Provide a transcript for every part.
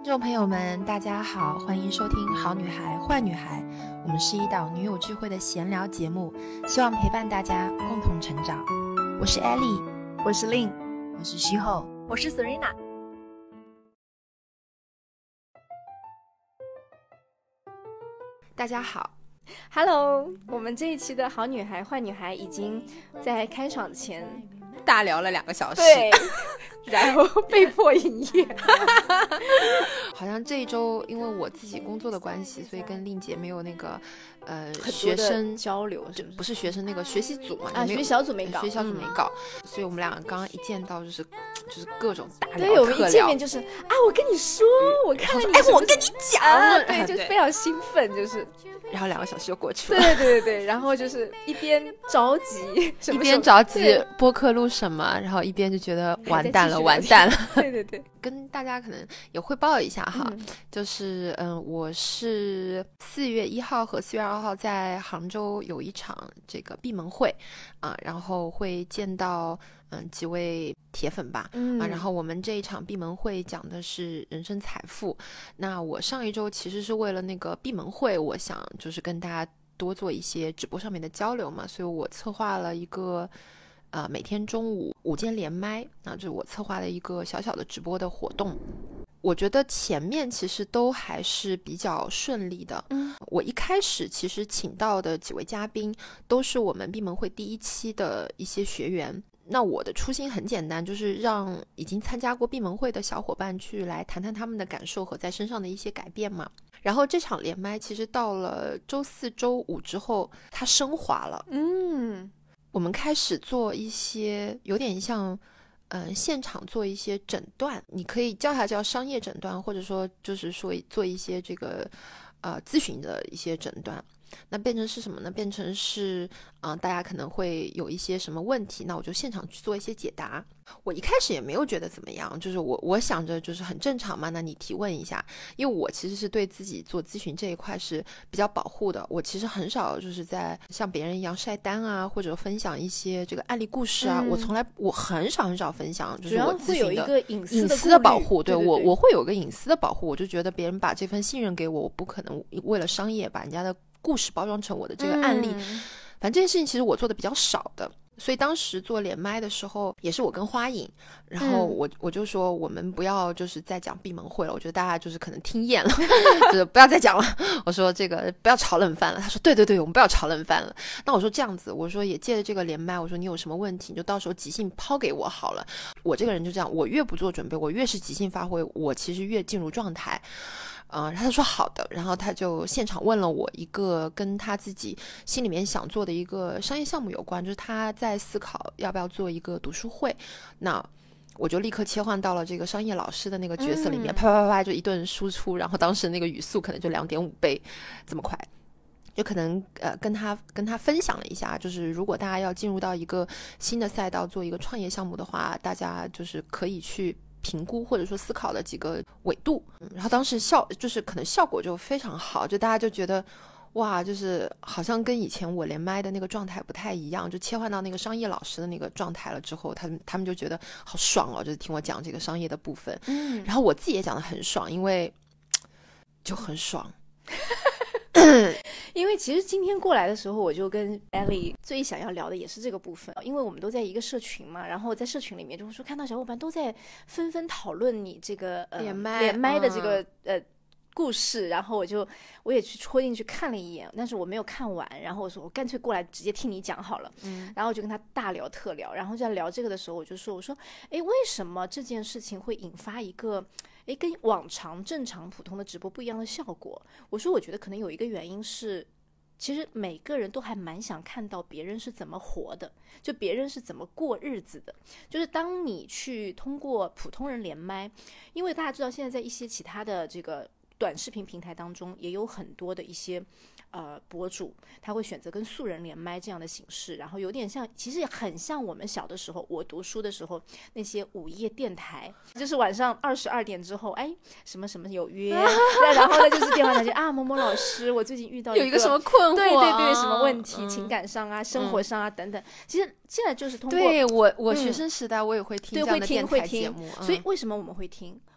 听众朋友们大家好，欢迎收听好女孩坏女孩，我们是一档女友聚会的闲聊节目，希望陪伴大家共同成长。我是 Ellie， 我是 Lin， 我是徐后， 我是 Serena。 大家好。 Hello， 我们这一期的好女孩坏女孩已经在开场前大聊了2个小时， 对然后被迫营业好像这一周因为我自己工作的关系，所以跟令姐没有那个学生交流， 不是学生那个学习组嘛， 学习小组没搞， 学习小组没搞，所以我们两个刚刚一见到就是各种大聊特聊。 对，我们一见面就是我跟你说，我看了你， 我跟你讲， 对，就是非常兴奋，就是然后2个小时就过去了。 对，然后就是一边着急， 一边着急播客录什么，然后一边就觉得完蛋了。 对， 跟大家可能也汇报一下哈，就是我是4月1号和4月2号在杭州有一场这个闭门会啊，然后会见到几位铁粉吧，然后我们这一场闭门会讲的是人生财富。那我上一周其实是为了那个闭门会，我想就是跟大家多做一些直播上面的交流嘛，所以我策划了一个每天中午午间连麦，这是我策划的一个小小的直播的活动。我觉得前面其实都还是比较顺利的。我一开始其实请到的几位嘉宾都是我们闭门会第1期的一些学员。那我的初心很简单，就是让已经参加过闭门会的小伙伴去来谈谈他们的感受和在身上的一些改变嘛。然后这场连麦其实到了周4周5之后它升华了。我们开始做一些有点像现场做一些诊断，你可以叫它叫商业诊断，或者说就是说做一些这个咨询的一些诊断。那变成是什么呢？变成是大家可能会有一些什么问题，那我就现场去做一些解答。我一开始也没有觉得怎么样，就是我想着就是很正常嘛，那你提问一下。因为我其实是对自己做咨询这一块是比较保护的，我其实很少就是在像别人一样晒单啊，或者分享一些这个案例故事啊，我很少分享，就是我咨询的主要会有一个隐私的保护。 对， 我会有一个隐私的保护，我就觉得别人把这份信任给我，我不可能为了商业把人家的故事包装成我的这个案例。反正这件事情其实我做的比较少的，所以当时做连麦的时候也是我跟花影，然后我就说我们不要就是再讲闭门会了，我觉得大家就是可能听厌了就是不要再讲了。我说这个不要炒冷饭了，他说对，我们不要炒冷饭了。那我说这样子，我说也借着这个连麦，我说你有什么问题你就到时候即兴抛给我好了。我这个人就这样，我越不做准备，我越是即兴发挥，我其实越进入状态。然后他说好的，然后他就现场问了我一个跟他自己心里面想做的一个商业项目有关，就是他在思考要不要做一个读书会。那我就立刻切换到了这个商业老师的那个角色里面，啪就一顿输出，然后当时那个语速可能就2.5倍这么快，就可能跟他分享了一下，就是如果大家要进入到一个新的赛道做一个创业项目的话，大家就是可以去评估或者说思考的几个维度。然后当时就是可能效果就非常好，就大家就觉得哇，就是好像跟以前我连麦的那个状态不太一样，就切换到那个商业老师的那个状态了之后，他们就觉得好爽哦，就是听我讲这个商业的部分。然后我自己也讲得很爽，因为就很爽因为其实今天过来的时候，我就跟 Ellie 最想要聊的也是这个部分，因为我们都在一个社群嘛，然后在社群里面就是说看到小伙伴都在纷纷讨论你这个连麦的这个故事，然后我也去戳进去看了一眼，但是我没有看完，然后我说我干脆过来直接听你讲好了。然后我就跟他大聊特聊，然后在聊这个的时候我说为什么这件事情会引发一个跟往常正常普通的直播不一样的效果。我说我觉得可能有一个原因是，其实每个人都还蛮想看到别人是怎么活的，就别人是怎么过日子的。就是当你去通过普通人连麦，因为大家知道现在在一些其他的这个短视频平台当中也有很多的一些博主，他会选择跟素人连麦这样的形式，然后有点像，其实也很像我们小的时候，我读书的时候那些午夜电台，就是晚上22点之后，什么什么有约，然后呢就是电话打去某某老师，我最近遇到有一个什么困惑， 对，什么问题，情感上啊，生活上啊等等。其实现在就是通过， 对我学生时代我也会听这样的电台节目， 所以为什么我们会听？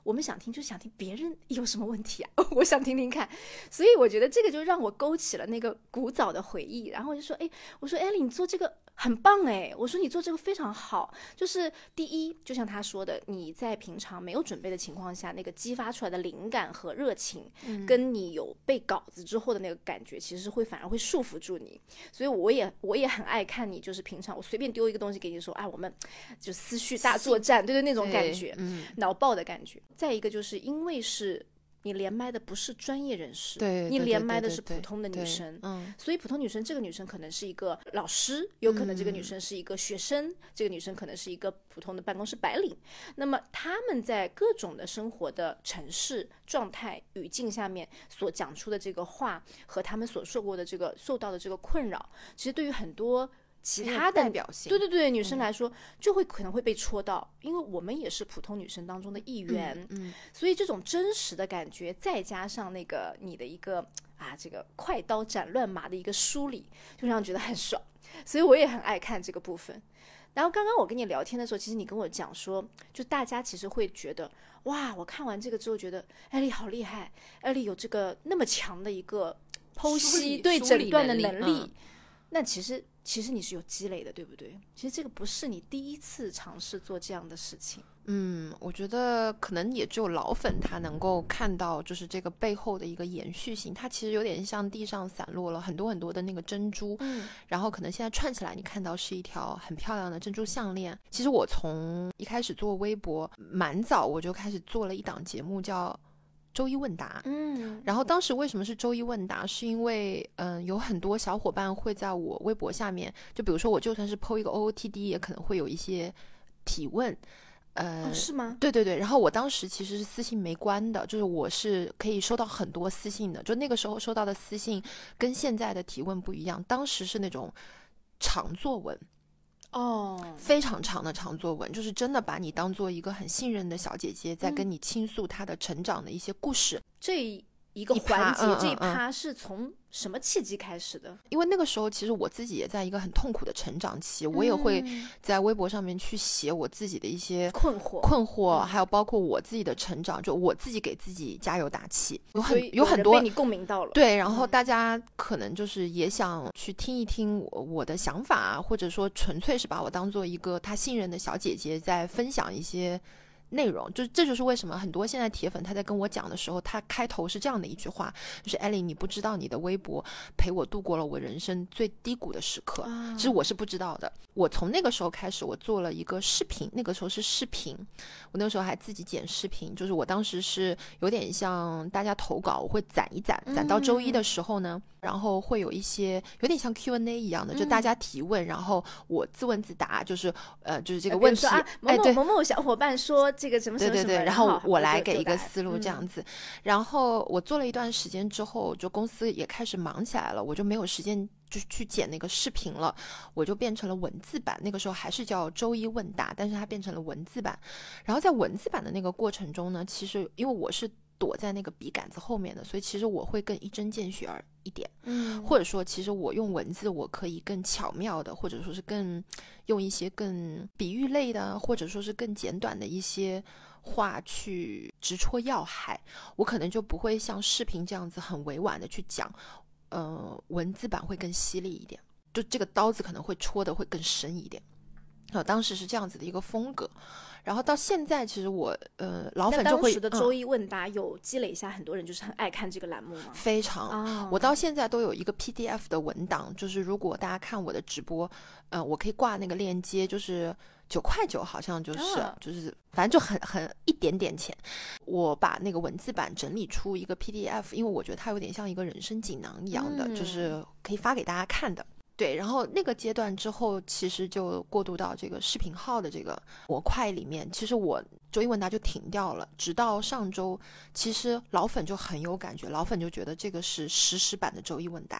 我们想听就想听别人有什么问题啊，我想听听看。所以我觉得这个就让我勾起了那个古早的回忆。然后我就说，我说Ellie你做这个很棒我说你做这个非常好。就是第一，就像他说的，你在平常没有准备的情况下，那个激发出来的灵感和热情，跟你有背稿子之后的那个感觉，其实反而会束缚住你。所以我也很爱看你，就是平常我随便丢一个东西给你说，我们就思绪大作战，对那种感觉，脑爆的感觉。再一个就是因为是你连麦的不是专业人士， 对， 你连麦的是普通的女生，所以普通女生，这个女生可能是一个老师，有可能这个女生是一个学生，这个女生可能是一个普通的办公室白领。那么她们在各种的生活的城市状态语境下面所讲出的这个话，和她们所受到的这个困扰，其实对于很多其他的代表性， 对女生来说，就可能会被戳到，因为我们也是普通女生当中的一员，所以这种真实的感觉，再加上那个你的一个这个快刀斩乱麻的一个梳理，就让人觉得很爽，所以我也很爱看这个部分。然后刚刚我跟你聊天的时候，其实你跟我讲说，就大家其实会觉得，哇，我看完这个之后觉得艾莉好厉害，艾莉有这个那么强的一个剖析对诊断的能力，那其实你是有积累的，对不对？其实这个不是你第一次尝试做这样的事情。 我觉得可能也只有老粉他能够看到，就是这个背后的一个延续性。它其实有点像地上散落了很多很多的那个珍珠，然后可能现在串起来，你看到是一条很漂亮的珍珠项链。其实我从一开始做微博，蛮早我就开始做了一档节目叫周一问答，然后当时为什么是周一问答，是因为有很多小伙伴会在我微博下面，就比如说我就算是 po 一个 OOTD 也可能会有一些提问， 是吗？ 对对对，然后我当时其实是私信没关的，就是我是可以收到很多私信的，就那个时候收到的私信跟现在的提问不一样，当时是那种长作文，非常长的长作文，就是真的把你当做一个很信任的小姐姐在跟你倾诉她的成长的一些故事。 这一个环节，这一趴是从什么契机开始的？ 因为那个时候其实我自己也在一个很痛苦的成长期，我也会在微博上面去写我自己的一些困惑， 还有包括我自己的成长，就我自己给自己加油打气， 有很多被你共鸣到了。 对，然后大家可能就是也想去听一听我的想法，或者说纯粹是把我当做一个他信任的小姐姐在分享一些内容。这就是为什么很多现在铁粉他在跟我讲的时候，他开头是这样的一句话，就是Ellie你不知道你的微博陪我度过了我人生最低谷的时刻，其实我是不知道的。我从那个时候开始，我做了一个视频，那个时候是视频，我那个时候还自己剪视频，就是我当时是有点像大家投稿，我会攒一攒，攒到周一的时候呢，然后会有一些有点像 Q&A 一样的，就大家提问，然后我自问自答，就是这个问题， 某某小伙伴说这个什么什么什么， 对，然后我来给一个思路这样子。然后我做了一段时间之后，就公司也开始忙起来了，我就没有时间就去剪那个视频了，我就变成了文字版。那个时候还是叫周一问答，但是它变成了文字版。然后在文字版的那个过程中呢，其实因为我是躲在那个笔杆子后面的，所以其实我会更一针见血一点，或者说其实我用文字我可以更巧妙的，或者说是更用一些更比喻类的，或者说是更简短的一些话去直戳要害，我可能就不会像视频这样子很委婉的去讲，文字版会更犀利一点，就这个刀子可能会戳的会更深一点。当时是这样子的一个风格，然后到现在其实我老粉就会， 当时的周一问答有积累一下很多人就是很爱看这个栏目吗？ 非常，我到现在都有一个 PDF 的文档，就是如果大家看我的直播，我可以挂那个链接，就是9.9块好像就是反正就很一点点钱，我把那个文字版整理出一个 PDF， 因为我觉得它有点像一个人生锦囊一样的，就是可以发给大家看的。对，然后那个阶段之后，其实就过渡到这个视频号的这个模块里面。其实我周一问答就停掉了，直到上周，其实老粉就很有感觉，老粉就觉得这个是实时版的周一问答。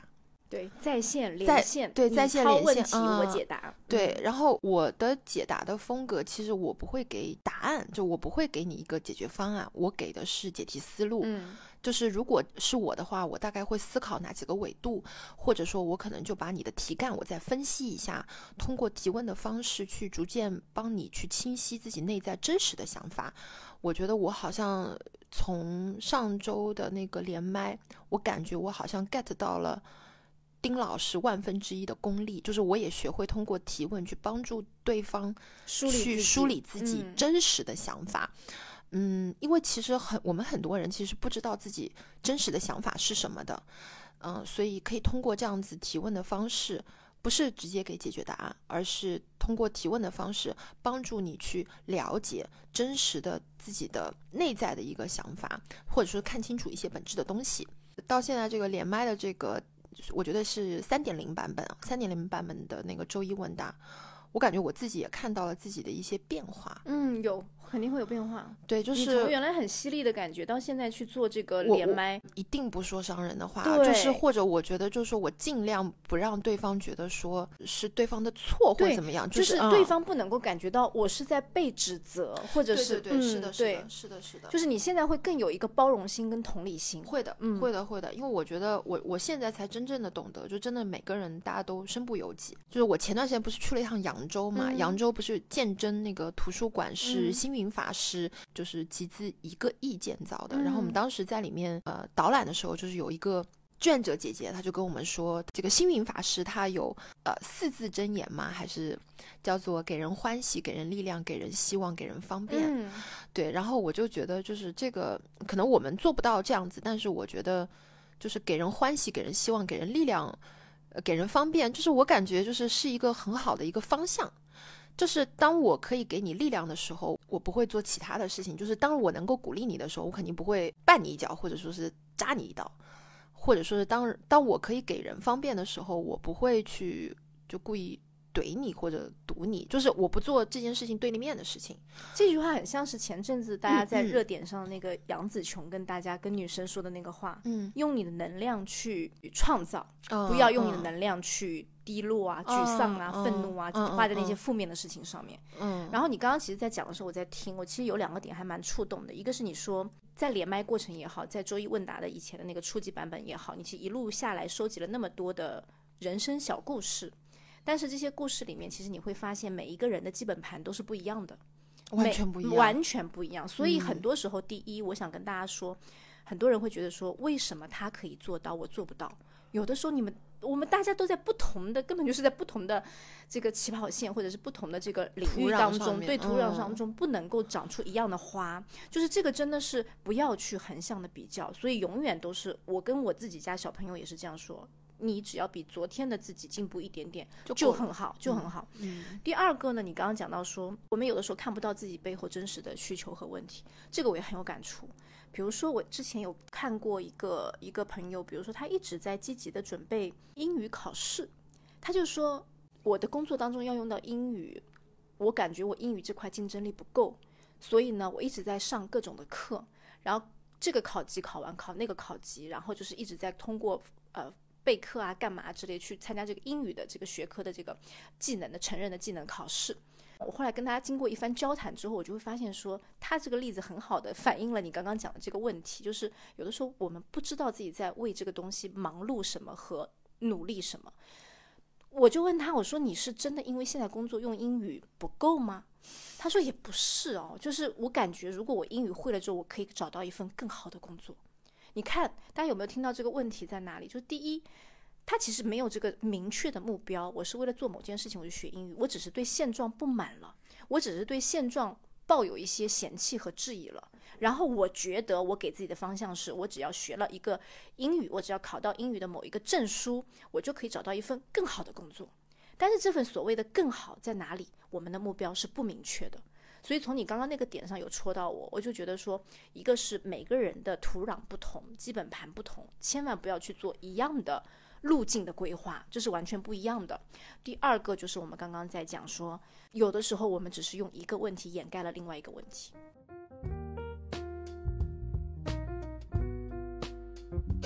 对，在线连线， 对，在线连线， 我解答。 对，然后我的解答的风格，其实我不会给答案，就我不会给你一个解决方案，我给的是解题思路。就是如果是我的话，我大概会思考哪几个维度，或者说我可能就把你的题干我再分析一下，通过提问的方式去逐渐帮你去清晰自己内在真实的想法。我觉得我好像从上周的那个连麦，我感觉我好像 get 到了丁老师1/1000的功力，就是我也学会通过提问去帮助对方去梳理自己真实的想法。因为其实我们很多人其实不知道自己真实的想法是什么的，所以可以通过这样子提问的方式，不是直接给解决答案，而是通过提问的方式帮助你去了解真实的自己的内在的一个想法，或者说看清楚一些本质的东西。到现在这个连麦的这个，我觉得是3.0版本，3.0版本的那个周一问答，我感觉我自己也看到了自己的一些变化。 有，肯定会有变化。 对，就是你从原来很犀利的感觉到现在去做这个连麦， 一定不说伤人的话，就是或者我觉得就是说我尽量不让对方觉得说是对方的错或怎么样， 就是对方不能够感觉到我是在被指责，或者是对，是的， 就是你现在会更有一个包容心跟同理心。 会的，会的，因为我觉得我现在才真正的懂得，就真的每个人大家都身不由己。就是我前段时间不是去了一趟扬州嘛，扬州不是鉴真那个图书馆是星云法师就是集资1个亿建造的，然后我们当时在里面导览的时候，就是有一个志愿者姐姐，她就跟我们说，这个星云法师他有4字真言嘛，还是叫做给人欢喜、给人力量、给人希望、给人方便。对，然后我就觉得就是这个可能我们做不到这样子，但是我觉得就是给人欢喜、给人希望、给人力量、给人方便，就是我感觉是一个很好的一个方向。就是当我可以给你力量的时候，我不会做其他的事情，就是当我能够鼓励你的时候，我肯定不会绊你一脚，或者说是扎你一刀，或者说是当我可以给人方便的时候，我不会去就故意怼你或者堵你，就是我不做这件事情对立面的事情。 这句话很像是前阵子大家在热点上那个杨紫琼跟女生说的那个话，用你的能量去创造，不要用你的能量去低落啊、沮丧啊、愤怒啊，花在那些负面的事情上面。然后你刚刚其实在讲的时候，我在听，我其实有2个点还蛮触动的。一个是你说在连麦过程也好，在周一问答的以前的那个初级版本也好，你其实一路下来收集了那么多的人生小故事，但是这些故事里面其实你会发现每一个人的基本盘都是不一样的， 完全不一样， 完全不一样。所以很多时候第一，我想跟大家说，很多人会觉得说为什么他可以做到我做不到，有的时候我们大家都在不同的，根本就是在不同的这个起跑线，或者是不同的这个领域当中，对，土壤上中不能够长出一样的花，就是这个真的是不要去横向的比较。所以永远都是我跟我自己家小朋友也是这样说，你只要比昨天的自己进步一点点就很好，就很好。第二个呢，你刚刚讲到说我们有的时候看不到自己背后真实的需求和问题，这个我也很有感触。比如说我之前有看过一个朋友，比如说他一直在积极的准备英语考试，他就说我的工作当中要用到英语，我感觉我英语这块竞争力不够，所以呢我一直在上各种的课，然后这个考级考完考那个考级，然后就是一直在通过备课啊干嘛之类去参加这个英语的这个学科的这个技能的承认的技能考试。我后来跟大家经过一番交谈之后，我就会发现说他这个例子很好的反映了你刚刚讲的这个问题，就是有的时候我们不知道自己在为这个东西忙碌什么和努力什么。我就问他，我说你是真的因为现在工作用英语不够吗？他说也不是哦，就是我感觉如果我英语会了之后，我可以找到一份更好的工作。你看大家有没有听到这个问题在哪里？就第一，他其实没有这个明确的目标，我是为了做某件事情我就学英语，我只是对现状不满了，我只是对现状抱有一些嫌弃和质疑了，然后我觉得我给自己的方向是，我只要学了一个英语，我只要考到英语的某一个证书，我就可以找到一份更好的工作。但是这份所谓的更好在哪里？我们的目标是不明确的。所以从你刚刚那个点上有戳到我，我就觉得说，一个是每个人的土壤不同，基本盘不同，千万不要去做一样的路径的规划，这是完全不一样的。第二个就是我们刚刚在讲说，有的时候我们只是用一个问题掩盖了另外一个问题。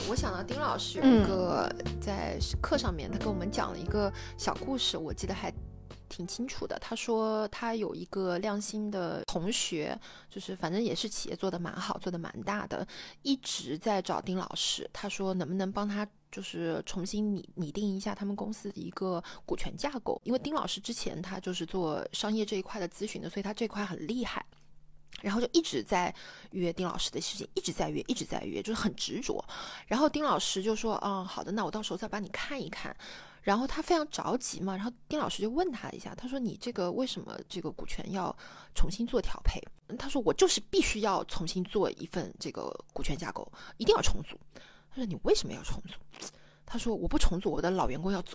我想到丁老师有一个在课上面他跟我们讲了一个小故事，我记得还挺清楚的。他说他有一个亮星的同学，就是反正也是企业做的蛮好，做的蛮大的，一直在找丁老师。他说能不能帮他就是重新拟定一下他们公司的一个股权架构，因为丁老师之前他就是做商业这一块的咨询的，所以他这块很厉害。然后就一直在约丁老师的事情，一直在约，就是很执着。然后丁老师就说好的，那我到时候再帮你看一看。然后他非常着急嘛，然后丁老师就问他一下，他说你这个为什么这个股权要重新做调配？他说我就是必须要重新做一份这个股权架构，一定要重组。他说你为什么要重组？他说我不重组我的老员工要走。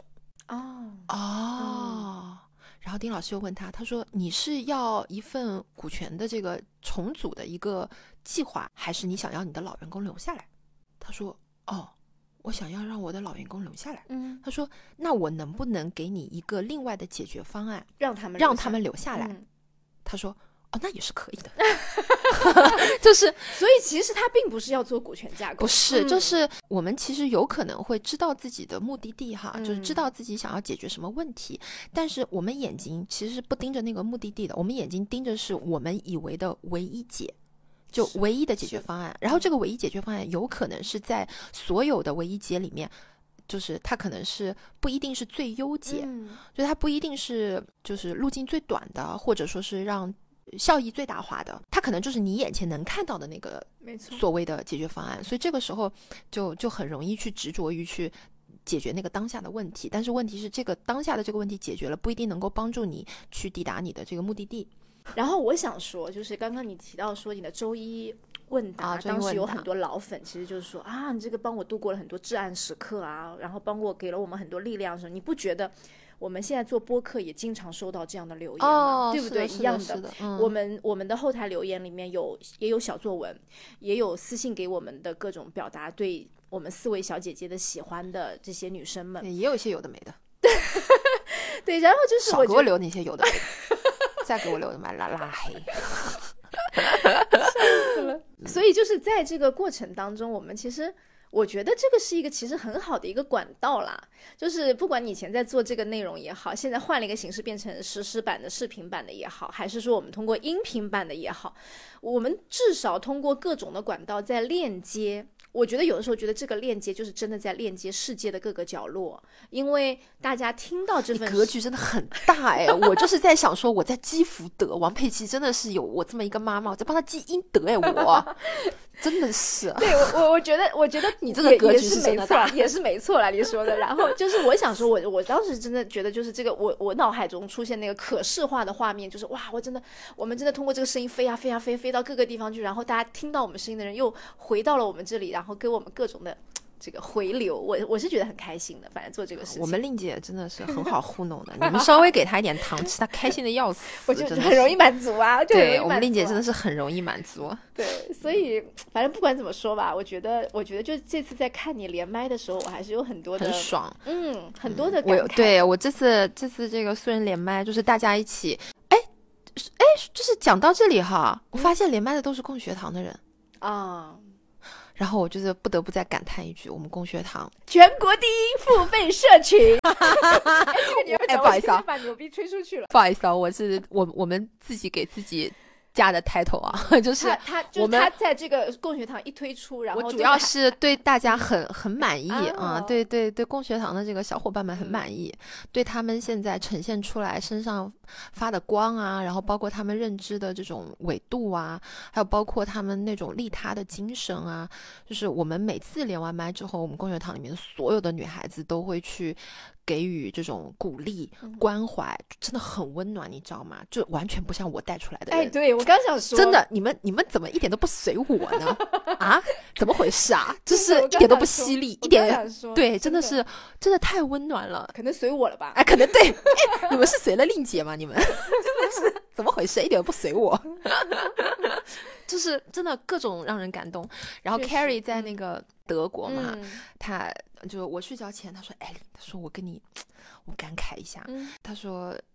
然后丁老师又问他，他说你是要一份股权的这个重组的一个计划，还是你想要你的老员工留下来？他说我想要让我的老员工留下来。他说那我能不能给你一个另外的解决方案，让他们留下来？他说那也是可以的。就是所以其实他并不是要做股权架构， 不是，就是我们其实有可能会知道自己的目的地哈，就是知道自己想要解决什么问题，但是我们眼睛其实是不盯着那个目的地的，我们眼睛盯着是我们以为的唯一解，就唯一的解决方案。然后这个唯一解决方案有可能是在所有的唯一解里面，就是它可能是不一定是最优解，就它不一定是就是路径最短的，或者说是让效益最大化的，它可能就是你眼前能看到的那个所谓的解决方案。所以这个时候就很容易去执着于去解决那个当下的问题，但是问题是这个当下的这个问题解决了，不一定能够帮助你去抵达你的这个目的地。 然后我想说，就是刚刚你提到说你的周一问答，当时有很多老粉其实就是说你这个帮我度过了很多至暗时刻啊，然后给了我们很多力量的时候，你不觉得我们现在做播客也经常收到这样的留言吗？对不对？一样的。我们的后台留言里面也有小作文，也有私信给我们的各种表达对我们4位小姐姐的喜欢的这些女生们， 也有一些有的没的。 对，然后就是少给我留那些有的没的。再给我留的嘛拉黑。 笑死了。所以就是在这个过程当中，我觉得这个是一个其实很好的一个管道啦，就是不管你以前在做这个内容也好，现在换了一个形式变成实时版的视频版的也好，还是说我们通过音频版的也好，我们至少通过各种的管道在链接。我觉得有的时候觉得这个链接就是真的在链接世界的各个角落，因为大家听到这份格局真的很大我就是在想说我在积福德，王佩琦真的是有我这么一个妈妈，我在帮她积阴德我真的是对我觉得你这个格局是真的大， 也是没错啦你说的。然后就是我想说我当时真的觉得就是这个我脑海中出现那个可视化的画面，就是哇我们真的通过这个声音飞啊飞啊飞到各个地方去，然后大家听到我们声音的人又回到了我们这里，然后给我们各种的这个回流，我是觉得很开心的。反正做这个事情， 我们令姐真的是很好糊弄的，你们稍微给她一点糖吃，她开心的要死， 我就很容易满足啊。 对，我们令姐真的是很容易满足。 对，所以反正不管怎么说吧，我觉得就这次在看你连麦的时候，我还是有很多的很爽， 很多的感慨。 对，我这次这个素人连麦，就是大家一起，就是讲到这里哈，我发现连麦的都是共学堂的人啊。 然后我就是不得不再感叹一句，我们共学堂全国第一付费社群。 不好意思啊， 把牛逼吹出去了。 不好意思啊，我们自己给自己加的 title 啊，就是他在这个共学堂一推出，然后我主要是对大家很满意啊，对共学堂的这个小伙伴们很满意，对他们现在呈现出来身上发的光啊，然后包括他们认知的这种纬度啊，还有包括他们那种利他的精神啊，就是我们每次连完麦之后，我们共学堂里面所有的女孩子都会去给予这种鼓励关怀，真的很温暖，你知道吗？就完全不像我带出来的人。 对，我刚想说， 真的，你们怎么一点都不随我呢？啊，怎么回事啊？就是一点都不犀利，一点对，真的太温暖了。 可能随我了吧？ 可能对，你们是随了令姐吗？你们真的是怎么回事？一点都不随我，就是真的各种让人感动。然后 Carrie 在那个德国嘛，他就我睡觉前他说，他说我感慨一下，他说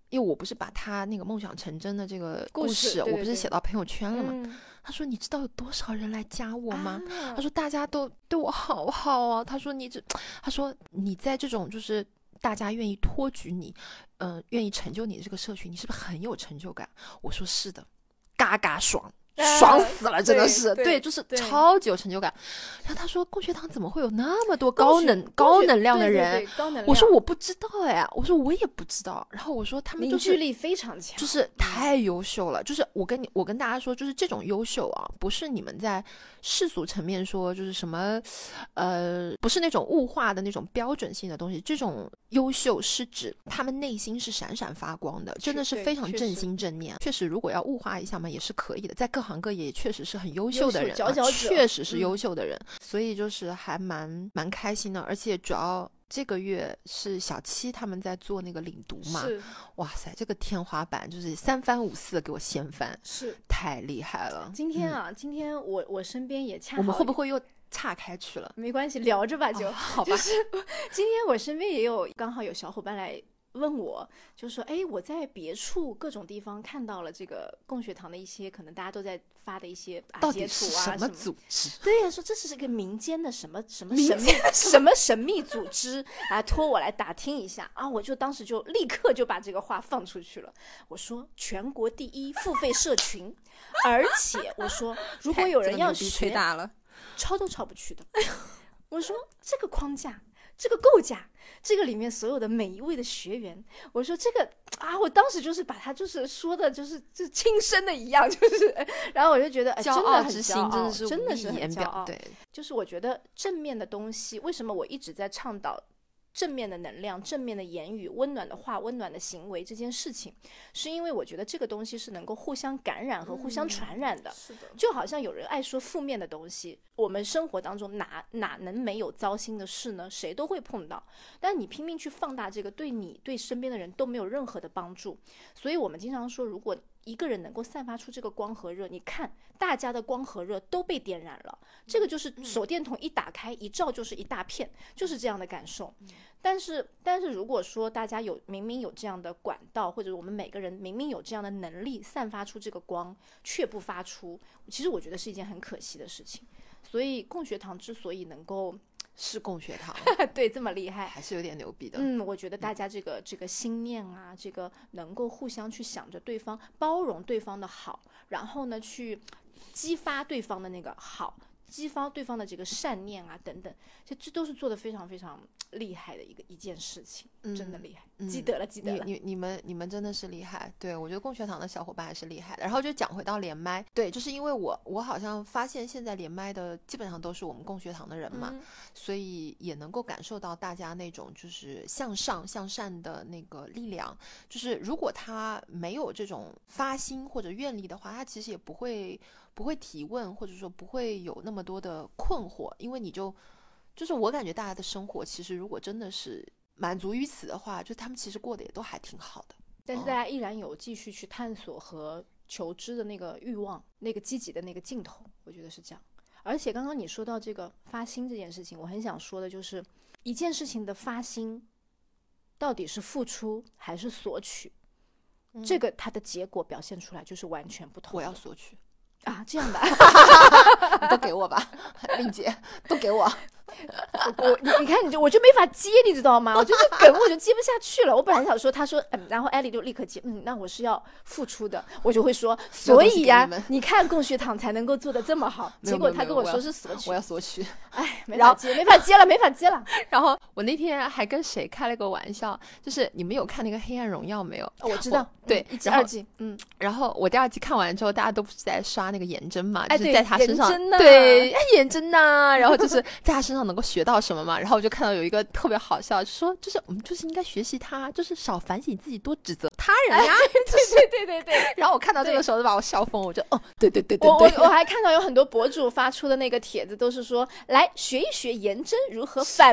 因为我不是把他那个梦想成真的这个故事对对对我不是写到朋友圈了吗、他说你知道有多少人来加我吗、他说大家都对我好好啊，他说你在这种就是大家愿意托举你愿意成就你的这个社群，你是不是很有成就感？我说是的，嘎嘎爽，爽死了，真的是对，就是超级有成就感。然后他说共学堂怎么会有那么多高能量的人？我说我不知道哎，我说我也不知道。然后我说他们就是凝聚力非常强， 就是太优秀了。就是我跟大家说，就是这种优秀啊，不是你们在世俗层面说就是什么不是那种物化的那种标准性的东西，这种优秀是指他们内心是闪闪发光的，真的是非常正心正念。确实如果要物化一下嘛也是可以的，在各行各业也确实是很优秀的人、 佼佼者确实是优秀的人、所以就是还蛮开心的。而且主要这个月是小七他们在做那个领读嘛，哇塞，这个天花板就是三番五次的给我掀翻， 是太厉害了。 今天我身边也恰好， 我们会不会又岔开去了？ 没关系，聊着吧就、 好吧。 就是今天我身边也有刚好有小伙伴来问我，就说哎，我在别处各种地方看到了这个共学堂的一些可能大家都在发的一些到底是什么组织？ 对呀，说这是个民间的什么神秘组织啊，托我来打听一下啊，我就当时就立刻就把这个话放出去了。我说全国第一付费社群，而且我说如果有人要学， 吹大了， 抄都抄不去的。我说这个框架，这个构架，这个里面所有的每一位的学员，我说这个啊，我当时就是把他就是说的就是亲生的一样，就是然后我就觉得骄傲之心真的是很骄傲。对， 就是我觉得正面的东西，为什么我一直在倡导正面的能量、正面的言语、温暖的话、温暖的行为这件事情，是因为我觉得这个东西是能够互相感染和互相传染的。 是的， 就好像有人爱说负面的东西，我们生活当中哪能没有糟心的事呢？谁都会碰到，但你拼命去放大这个，对你对身边的人都没有任何的帮助。所以我们经常说，如果一个人能够散发出这个光和热，你看大家的光和热都被点燃了，这个就是手电筒一打开一照就是一大片，就是这样的感受。但是如果说大家明明有这样的管道，或者我们每个人明明有这样的能力散发出这个光却不发出，其实我觉得是一件很可惜的事情。所以共学堂之所以能够是共学堂对，这么厉害还是有点牛逼的。 我觉得大家这个心念啊，这个能够互相去想着对方，包容对方的好，然后呢去激发对方的那个好，激发对方的这个善念啊等等，这都是做得非常非常厉害的一件事情，真的厉害。记得了你们真的是厉害。对，我觉得共学堂的小伙伴还是厉害的。然后就讲回到连麦，对，就是因为我好像发现现在连麦的基本上都是我们共学堂的人嘛，所以也能够感受到大家那种就是向上向善的那个力量。就是如果他没有这种发心或者愿力的话，他其实也不会提问，或者说不会有那么多的困惑。因为就是我感觉大家的生活其实如果真的是满足于此的话，就他们其实过得也都还挺好的， 但是大家依然有继续去探索和求知的那个欲望，那个积极的那个劲头，我觉得是这样。而且刚刚你说到这个发心这件事情，我很想说的就是一件事情的发心到底是付出还是索取，这个它的结果表现出来就是完全不同的。 我要索取啊，这样的你都给我吧，令姐都给我。 你看我就没法接，你知道吗？我就这梗我就接不下去了。我本来想说，他说然后艾莉就立刻接，那我是要付出的，我就会说，所以呀，你看共学堂才能够做得这么好。结果他跟我说是索取， 我要索取， 哎，没法接了。 然后我那天还跟谁开了个玩笑，就是你们有看那个《黑暗荣耀》没有？ 我知道， 对 ，1季2季， 然后我第2季看完之后，大家都不是在刷那个颜真嘛， 哎， 就是在他身上， 对， 颜真呐，然后就是在他身上能够学到什么嘛。然后我就看到有一个特别好笑，就说就是我们就是应该学习他，就是少反省自己，多指责他人呀。 对。 然后我看到这个时候就把我笑疯，我就对。 我还看到有很多博主发出的那个帖子，都是说来学一学颜真如何反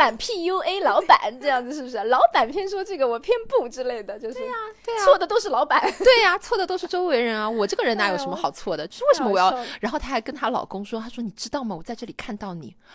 PUA 老板，这样子是不是？老板偏说这个，我偏不之类的，就是对呀，错的都是老板， 对呀，错的都是周围人啊，我这个人哪有什么好错的？就是为什么我要？然后她还跟她老公说，她说你知道吗？我在这里看到你。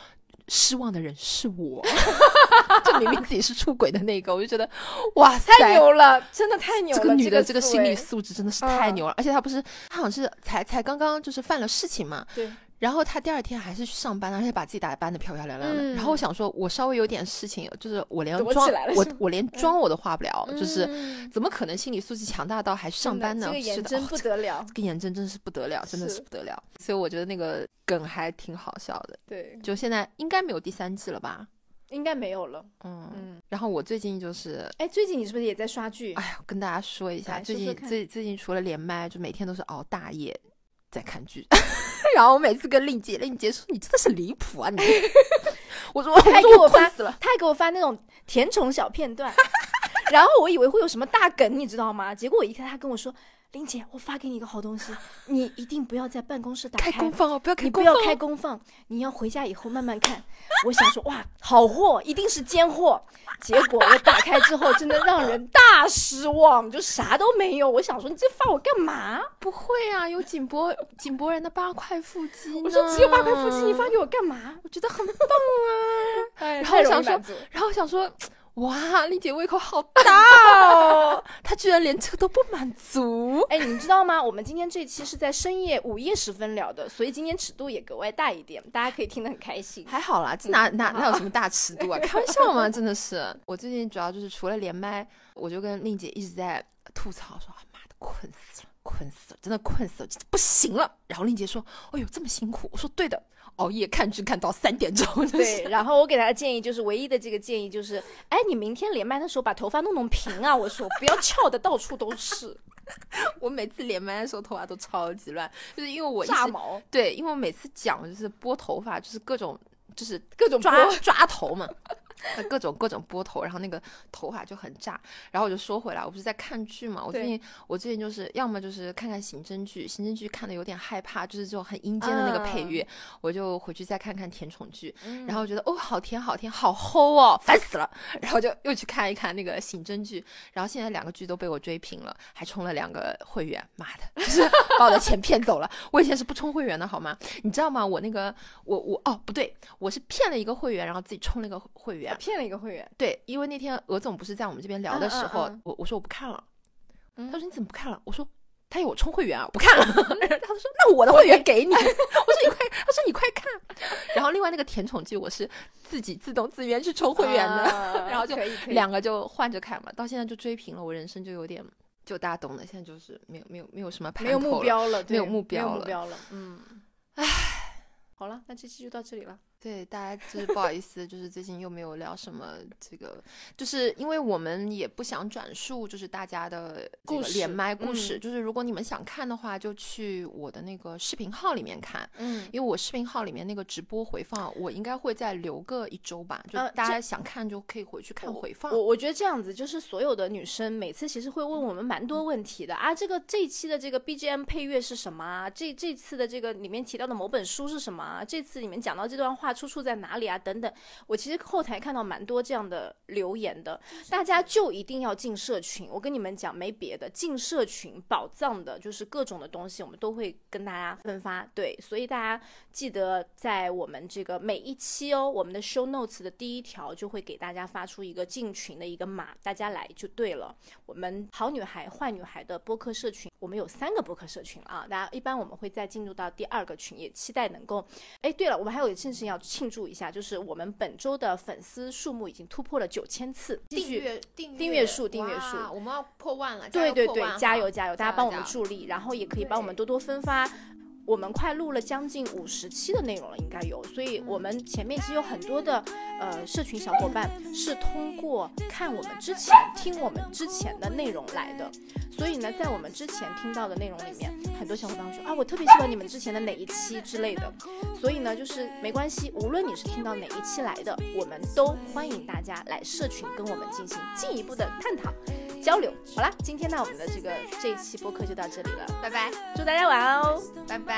失望的人是我就明明自己是出轨的那个，我就觉得哇塞， 太牛了，真的太牛了， 这个女的这个心理素质真的是太牛了，而且她好像是才刚刚就是犯了事情嘛， 对， 然后她第二天还是去上班，而且把自己打扮得漂漂亮亮的，然后我想说我稍微有点事情，就是我连妆我都化不了，就是怎么可能心理素质强大到还去上班呢？ 这个颜真不得了， 这个颜真是不得了，真的是不得了，所以我觉得那个梗还挺好笑的。 对， 就现在应该没有第3季了吧？ 应该没有了。 然后我最近就是， 最近你是不是也在刷剧？ 哎呀，跟大家说一下，最近除了连麦，就每天都是熬大夜在看剧。然后我每次跟令姐说你真的是离谱啊你！我说我困死了， 他还给我发那种甜宠小片段，然后我以为会有什么大梗，你知道吗？结果我一看他跟我说。林姐，我发给你一个好东西，你一定不要在办公室打开公放哦， 你不要开公放，你要回家以后慢慢看。我想说，哇，好货，一定是奸货。结果我打开之后，真的让人大失望，就啥都没有。我想说，你这发我干嘛？ 不会啊，有井柏然的8块腹肌呢。 我说只有8块腹肌，你发给我干嘛？ 我觉得很棒啊。然后我想说。哇，丽姐胃口好大哦！她居然连这个都不满足。 你知道吗？我们今天这期是在深夜午夜时分聊的，所以今天尺度也格外大一点，大家可以听得很开心。 还好啦，哪有什么大尺度啊？开玩笑吗？真的是。我最近主要就是除了连麦，我就跟令姐一直在吐槽说：“妈的，困死了，真的困死了，不行了。”然后令姐说：“哎呦，这么辛苦。”我说：“对的。”熬夜看剧看到3点钟， 对。然后我给他的建议就是，唯一的这个建议就是，你明天连麦的时候把头发弄平啊！我说不要翘的到处都是。 我每次连麦的时候头发都超级乱，就是因为我炸毛。 对，因为我每次讲就是拨头发，就是各种抓头嘛。各种拨头，然后那个头发就很炸。然后我就说回来，我不是在看剧嘛，我最近就是要么就是看刑侦剧看的有点害怕，就是这种很阴间的那个配乐，我就回去再看看甜宠剧，然后觉得好甜好齁哦，烦死了，然后就又去看一看那个刑侦剧，然后现在2个剧都被我追平了，还充了2个会员，妈的，就是把我的钱骗走了。我以前是不充会员的好吗？你知道吗？我那个不对，我是骗了一个会员，然后自己充了一个会员。 骗了一个会员， 对，因为那天鹅总不是在我们这边聊的时候，我说我不看了，他说你怎么不看了？我说他有我充会员啊，我不看了。他说那我的会员给你，我说他说你快看。然后另外那个甜宠剧我是自己自动自愿去充会员的，然后就2个就换着看嘛，到现在就追平了，我人生就有点就大家懂的，现在就是没有什么盼头了， 没有目标了， 没有目标了，唉，好了，那这期就到这里了。 对，大家就是不好意思，就是最近又没有聊什么这个，就是因为我们也不想转述就是大家的这个连麦故事，就是如果你们想看的话，就去我的那个视频号里面看，因为我视频号里面那个直播回放，我应该会再留个1周吧，就大家想看就可以回去看回放。 我觉得这样子，就是所有的女生每次其实会问我们蛮多问题的啊，这一期的这个 BGM 配乐是什么啊？这次的这个里面提到的某本书是什么啊？这次里面讲到这段话出处在哪里啊？等等，我其实后台看到蛮多这样的留言的，大家就一定要进社群。我跟你们讲，没别的，进社群宝藏的就是各种的东西，我们都会跟大家分发。对，所以大家记得在我们这个每一期我们的 show notes 的第1条就会给大家发出一个进群的一个码，大家来就对了。我们好女孩坏女孩的播客社群，我们有3个播客社群了啊，大家一般我们会再进入到第2个群，也期待能够。对了，我们还有一件事情要庆祝一下，就是我们本周的粉丝数目已经突破了9000次，订阅数， 我们要破万了， 对，加油，大家帮我们助力，然后也可以帮我们多多分发。我们快录了将近50期的内容了，应该有，所以我们前面其实有很多的社群小伙伴是通过看我们之前听我们之前的内容来的，所以呢在我们之前听到的内容里面，很多小伙伴说啊我特别喜欢你们之前的哪一期之类的，所以呢就是没关系，无论你是听到哪一期来的，我们都欢迎大家来社群跟我们进行进一步的探讨交流。好啦，今天呢我们的这一期播客就到这里了，拜拜，祝大家晚安哦， 拜拜。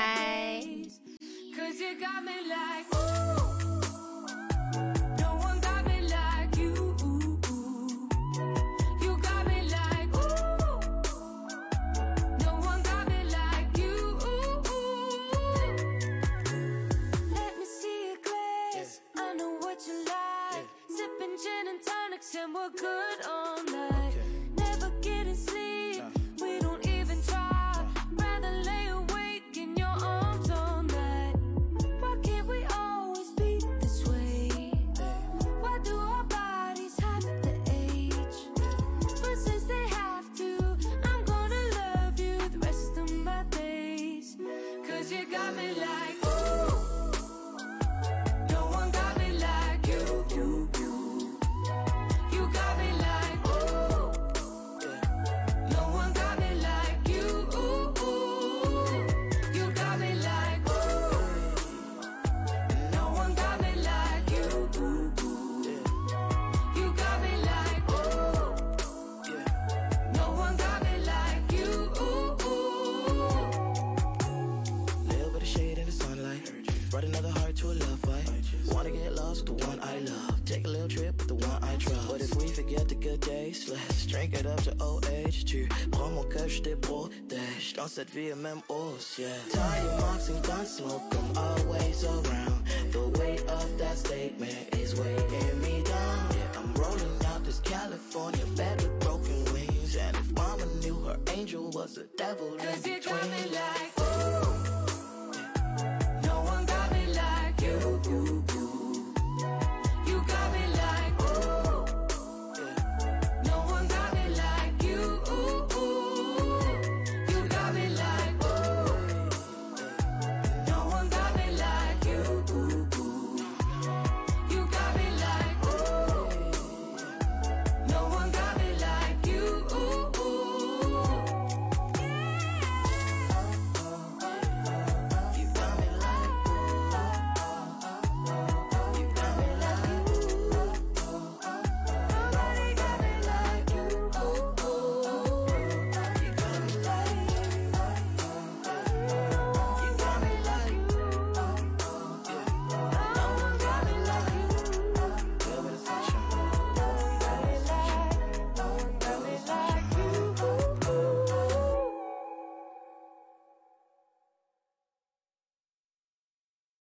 I know another heart to a love fight. Wanna get lost with the one I love. Take a little trip with the one I trust. But if we forget the good days, let's drink it up to OH. Tu prends mon cœur, je te protège. Dans cette vie et même hausse, yeah. Tire marks and gun smoke, I'm always around. The weight of that statement